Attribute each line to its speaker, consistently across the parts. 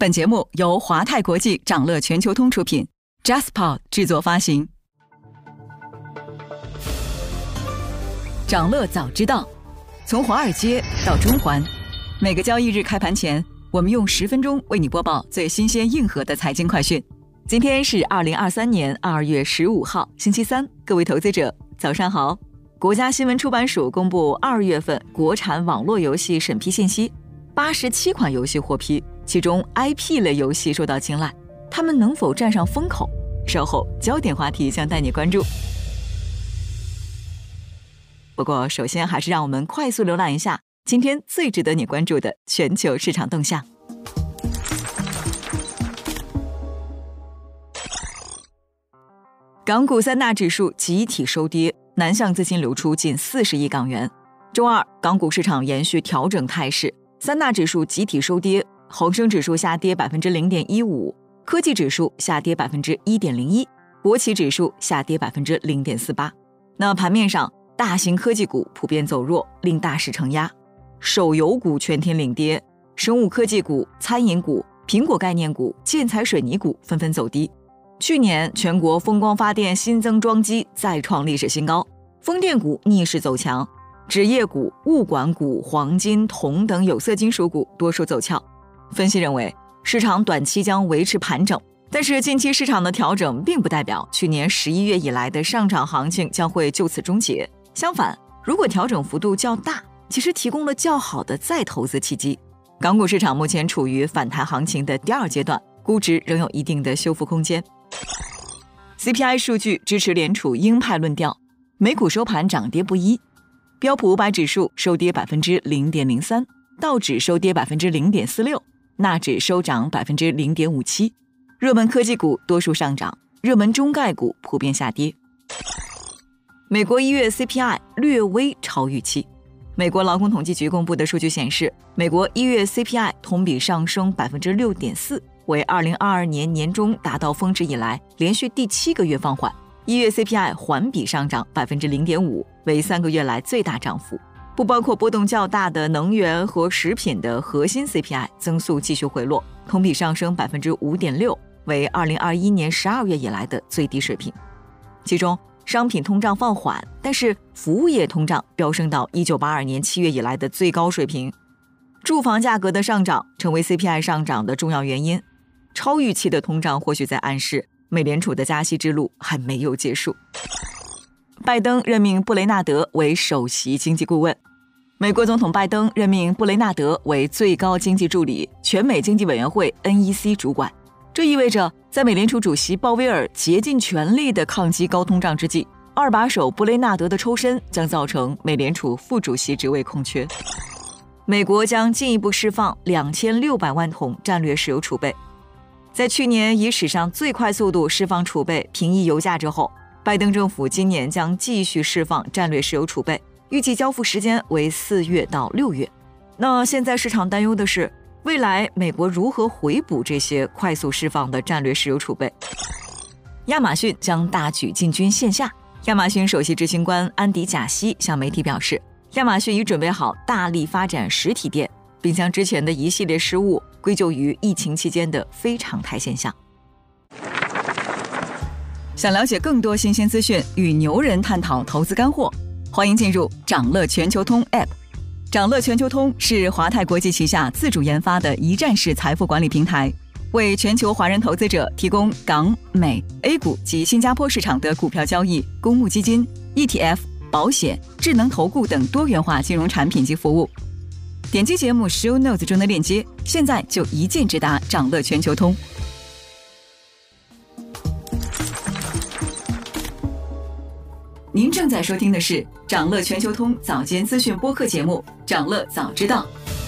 Speaker 1: 本节目由华泰国际掌乐全球通出品 ，JustPod 制作发行。掌乐早知道，从华尔街到中环，每个交易日开盘前，我们用10分钟为你播报最新鲜硬核的财经快讯。今天是2023年2月15号，星期三，各位投资者早上好。国家新闻出版署公布2月份国产网络游戏审批信息，87款游戏获批，其中 IP 类游戏受到青睐，他们能否站上风口？稍后焦点话题将带你关注。不过首先还是让我们快速浏览一下今天最值得你关注的全球市场动向。港股三大指数集体收跌，南向资金流出近40亿港元。周二，港股市场延续调整态势，三大指数集体收跌，恒生指数下跌 0.15%， 科技指数下跌 1.01%， 国企指数下跌 0.48%。 那盘面上，大型科技股普遍走弱，令大势承压。手游股全天领跌，生物科技股、餐饮股、苹果概念股、建材水泥股纷纷走低。去年全国风光发电新增装机再创历史新高，风电股逆势走强，纸业股、物管股、黄金、铜等有色金属股多数走俏。分析认为，市场短期将维持盘整，但是近期市场的调整并不代表去年11月以来的上涨行情将会就此终结。相反，如果调整幅度较大，其实提供了较好的再投资契机。港股市场目前处于反弹行情的第二阶段，估值仍有一定的修复空间。CPI 数据支持联储鹰派论调，美股收盘涨跌不一，标普500指数收跌 0.03%， 道指收跌 0.46%， 纳指收涨 0.57%。 热门科技股多数上涨，热门中概股普遍下跌。美国1月 CPI 略微超预期。美国劳工统计局公布的数据显示，美国1月 CPI 同比上升 6.4%， 为2022年年中达到峰值以来连续第7个月放缓。1月 CPI 环比上涨 0.5%， 为3个月来最大涨幅。不包括波动较大的能源和食品的核心 CPI 增速继续回落，同比上升 5.6%， 为2021年12月以来的最低水平。其中商品通胀放缓，但是服务业通胀飙升到1982年7月以来的最高水平。住房价格的上涨成为 CPI 上涨的重要原因。超预期的通胀或许在暗示美联储的加息之路还没有结束。拜登任命布雷纳德为首席经济顾问。美国总统拜登任命布雷纳德为最高经济助理、全美经济委员会 NEC 主管。这意味着在美联储主席鲍威尔竭尽全力的抗击高通胀之际，二把手布雷纳德的抽身将造成美联储副主席职位空缺。美国将进一步释放2600万桶战略石油储备。在去年以史上最快速度释放储备平抑油价之后，拜登政府今年将继续释放战略石油储备，预计交付时间为4月到6月。那现在市场担忧的是，未来美国如何回补这些快速释放的战略石油储备？亚马逊将大举进军线下。亚马逊首席执行官安迪·贾西向媒体表示，亚马逊已准备好大力发展实体店，并将之前的一系列失误归咎于疫情期间的非常态现象。想了解更多新鲜资讯，与牛人探讨投资干货，欢迎进入掌乐全球通 App。掌乐全球通是华泰国际旗下自主研发的一站式财富管理平台，为全球华人投资者提供港、美、A 股及新加坡市场的股票交易、公募基金、ETF、保险、智能投顾等多元化金融产品及服务。点击节目 Show Notes 中的链接，现在就一键直达掌乐全球通。您正在收听的是掌乐全球通早间资讯播客节目《掌乐早知道》。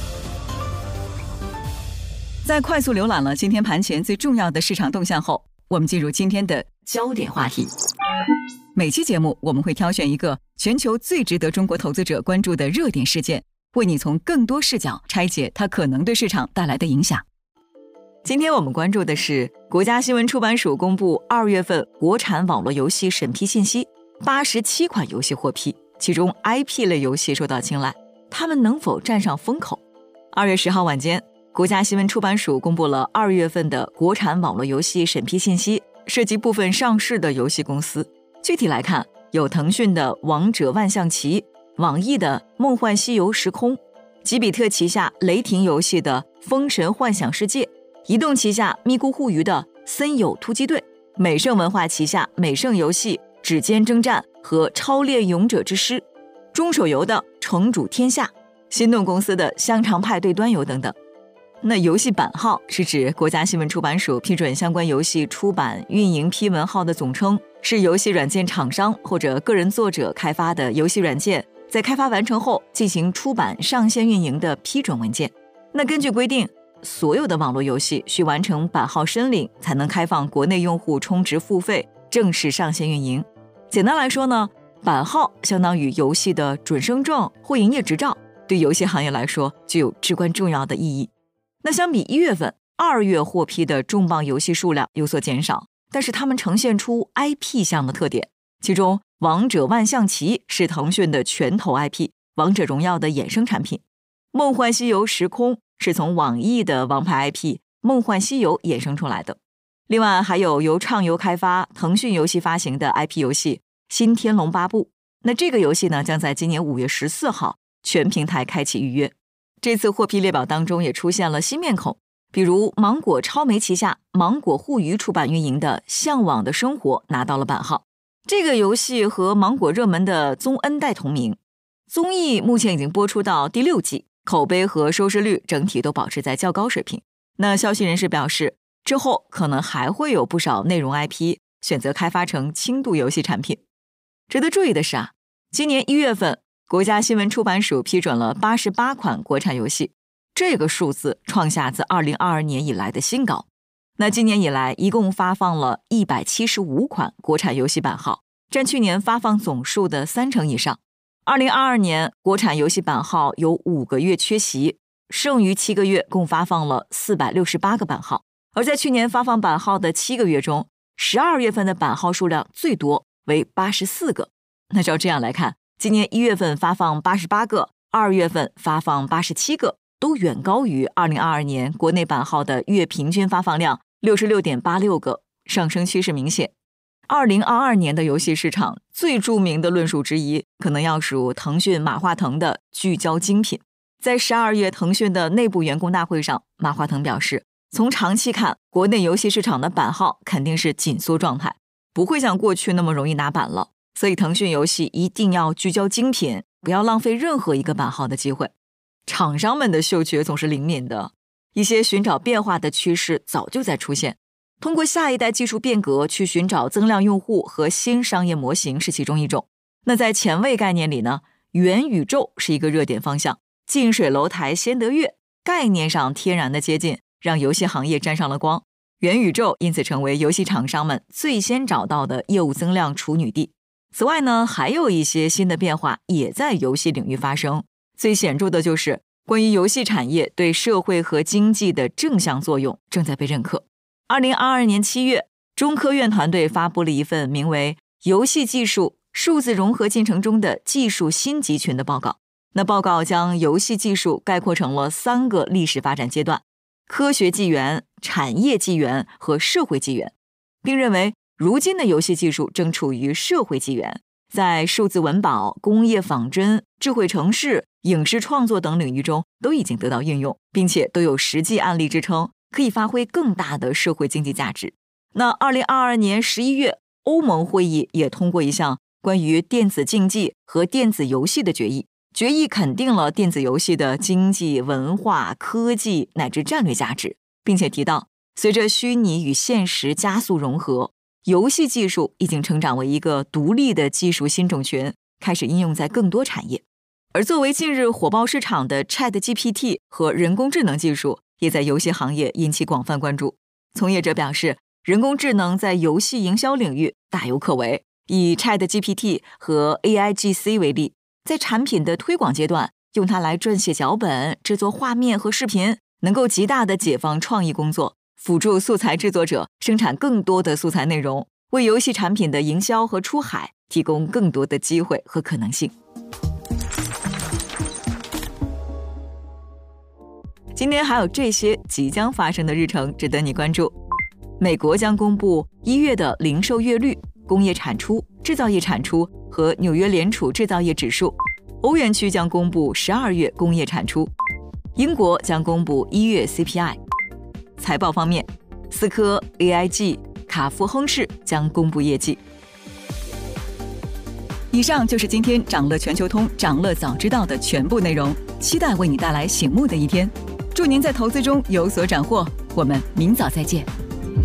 Speaker 1: 在快速浏览了今天盘前最重要的市场动向后，我们进入今天的焦点话题。每期节目我们会挑选一个全球最值得中国投资者关注的热点事件，为你从更多视角拆解它可能对市场带来的影响。今天我们关注的是国家新闻出版署公布2月份国产网络游戏审批信息，87款游戏获批，其中 IP 类游戏受到青睐，它们能否站上风口？2月10号晚间， 国家新闻出版署公布了2月份的国产网络游戏审批信息，涉及部分上市的游戏公司。具体来看，有腾讯的《王者万象棋》，网易的《梦幻西游时空》，吉比特旗下雷霆游戏的《封神幻想世界》，移动旗下咪咕互娱的《森友突击队》，美盛文化旗下美盛游戏《指尖征战》和《超炼勇者之师》，中手游的《城主天下》，心动公司的《香肠派对》端游等等。那游戏版号是指国家新闻出版署批准相关游戏出版、运营批文号的总称，是游戏软件厂商或者个人作者开发的游戏软件，在开发完成后进行出版、上线运营的批准文件。那根据规定，所有的网络游戏需完成版号申领，才能开放国内用户充值付费，正式上线运营。简单来说呢，版号相当于游戏的准生证或营业执照，对游戏行业来说具有至关重要的意义。那相比1月份，2月获批的重磅游戏数量有所减少，但是它们呈现出 IP 向的特点。其中，王者万象棋是腾讯的拳头 IP， 王者荣耀的衍生产品；梦幻西游时空是从网易的王牌 IP 梦幻西游衍生出来的。另外还有由畅游开发、腾讯游戏发行的 IP 游戏新天龙八部。那这个游戏呢，将在今年5月14号全平台开启预约。这次获批列表当中也出现了新面孔，比如芒果超媒旗下芒果互娱出版运营的《向往的生活》拿到了版号。这个游戏和芒果热门的宗恩代同名，综艺目前已经播出到第6季，口碑和收视率整体都保持在较高水平。那消息人士表示，之后可能还会有不少内容 IP 选择开发成轻度游戏产品。值得注意的是今年1月份国家新闻出版署批准了88款国产游戏，这个数字创下自2022年以来的新高。那今年以来一共发放了175款国产游戏版号，占去年发放总数的30%以上。2022年国产游戏版号有5个月缺席，剩余7个月共发放了468个版号。而在去年发放版号的7个月中，12月份的版号数量最多为84个。那照这样来看，今年1月份发放88个，2月份发放87个，都远高于2022年国内版号的月平均发放量 66.86 个，上升趋势明显。2022年的游戏市场最著名的论述之一，可能要数腾讯马化腾的聚焦精品。在12月腾讯的内部员工大会上，马化腾表示，从长期看，国内游戏市场的版号肯定是紧缩状态，不会像过去那么容易拿版了。所以腾讯游戏一定要聚焦精品，不要浪费任何一个版号的机会。厂商们的嗅觉总是灵敏的，一些寻找变化的趋势早就在出现。通过下一代技术变革去寻找增量用户和新商业模型是其中一种。那在前卫概念里呢，元宇宙是一个热点方向，近水楼台先得月，概念上天然的接近，让游戏行业沾上了光。元宇宙因此成为游戏厂商们最先找到的业务增量处女地。此外呢，还有一些新的变化也在游戏领域发生，最显著的就是关于游戏产业对社会和经济的正向作用正在被认可。2022年7月，中科院团队发布了一份名为《游戏技术数字融合进程中的技术新集群》的报告。那报告将游戏技术概括成了3个历史发展阶段：科学纪元、产业纪元和社会纪元，并认为如今的游戏技术正处于社会纪元，在数字文保、工业仿真、智慧城市、影视创作等领域中都已经得到应用，并且都有实际案例支撑，可以发挥更大的社会经济价值。那2022年11月，欧盟会议也通过一项关于电子竞技和电子游戏的决议，决议肯定了电子游戏的经济、文化、科技乃至战略价值，并且提到，随着虚拟与现实加速融合，游戏技术已经成长为一个独立的技术新种群，开始应用在更多产业。而作为近日火爆市场的 ChatGPT 和人工智能技术，也在游戏行业引起广泛关注。从业者表示，人工智能在游戏营销领域大有可为。以 ChatGPT 和 AIGC 为例，在产品的推广阶段，用它来撰写脚本、制作画面和视频，能够极大的解放创意工作，辅助素材制作者生产更多的素材内容，为游戏产品的营销和出海提供更多的机会和可能性。 今天还有这些即将发生的日程值得你关注。美国将公布1月的零售月率、工业产出、制造业产出和纽约联储制造业指数。欧元区将公布12月工业产出。英国将公布1月 CPI。财报方面，思科、AIG、卡夫亨氏将公布业绩。以上就是今天掌乐全球通掌乐早知道的全部内容，期待为你带来醒目的一天。祝您在投资中有所斩获，我们明早再见。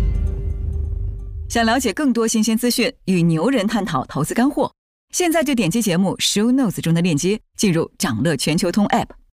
Speaker 1: 想了解更多新鲜资讯，与牛人探讨投资干货，现在就点击节目 Show Notes 中的链接，进入掌乐全球通 App。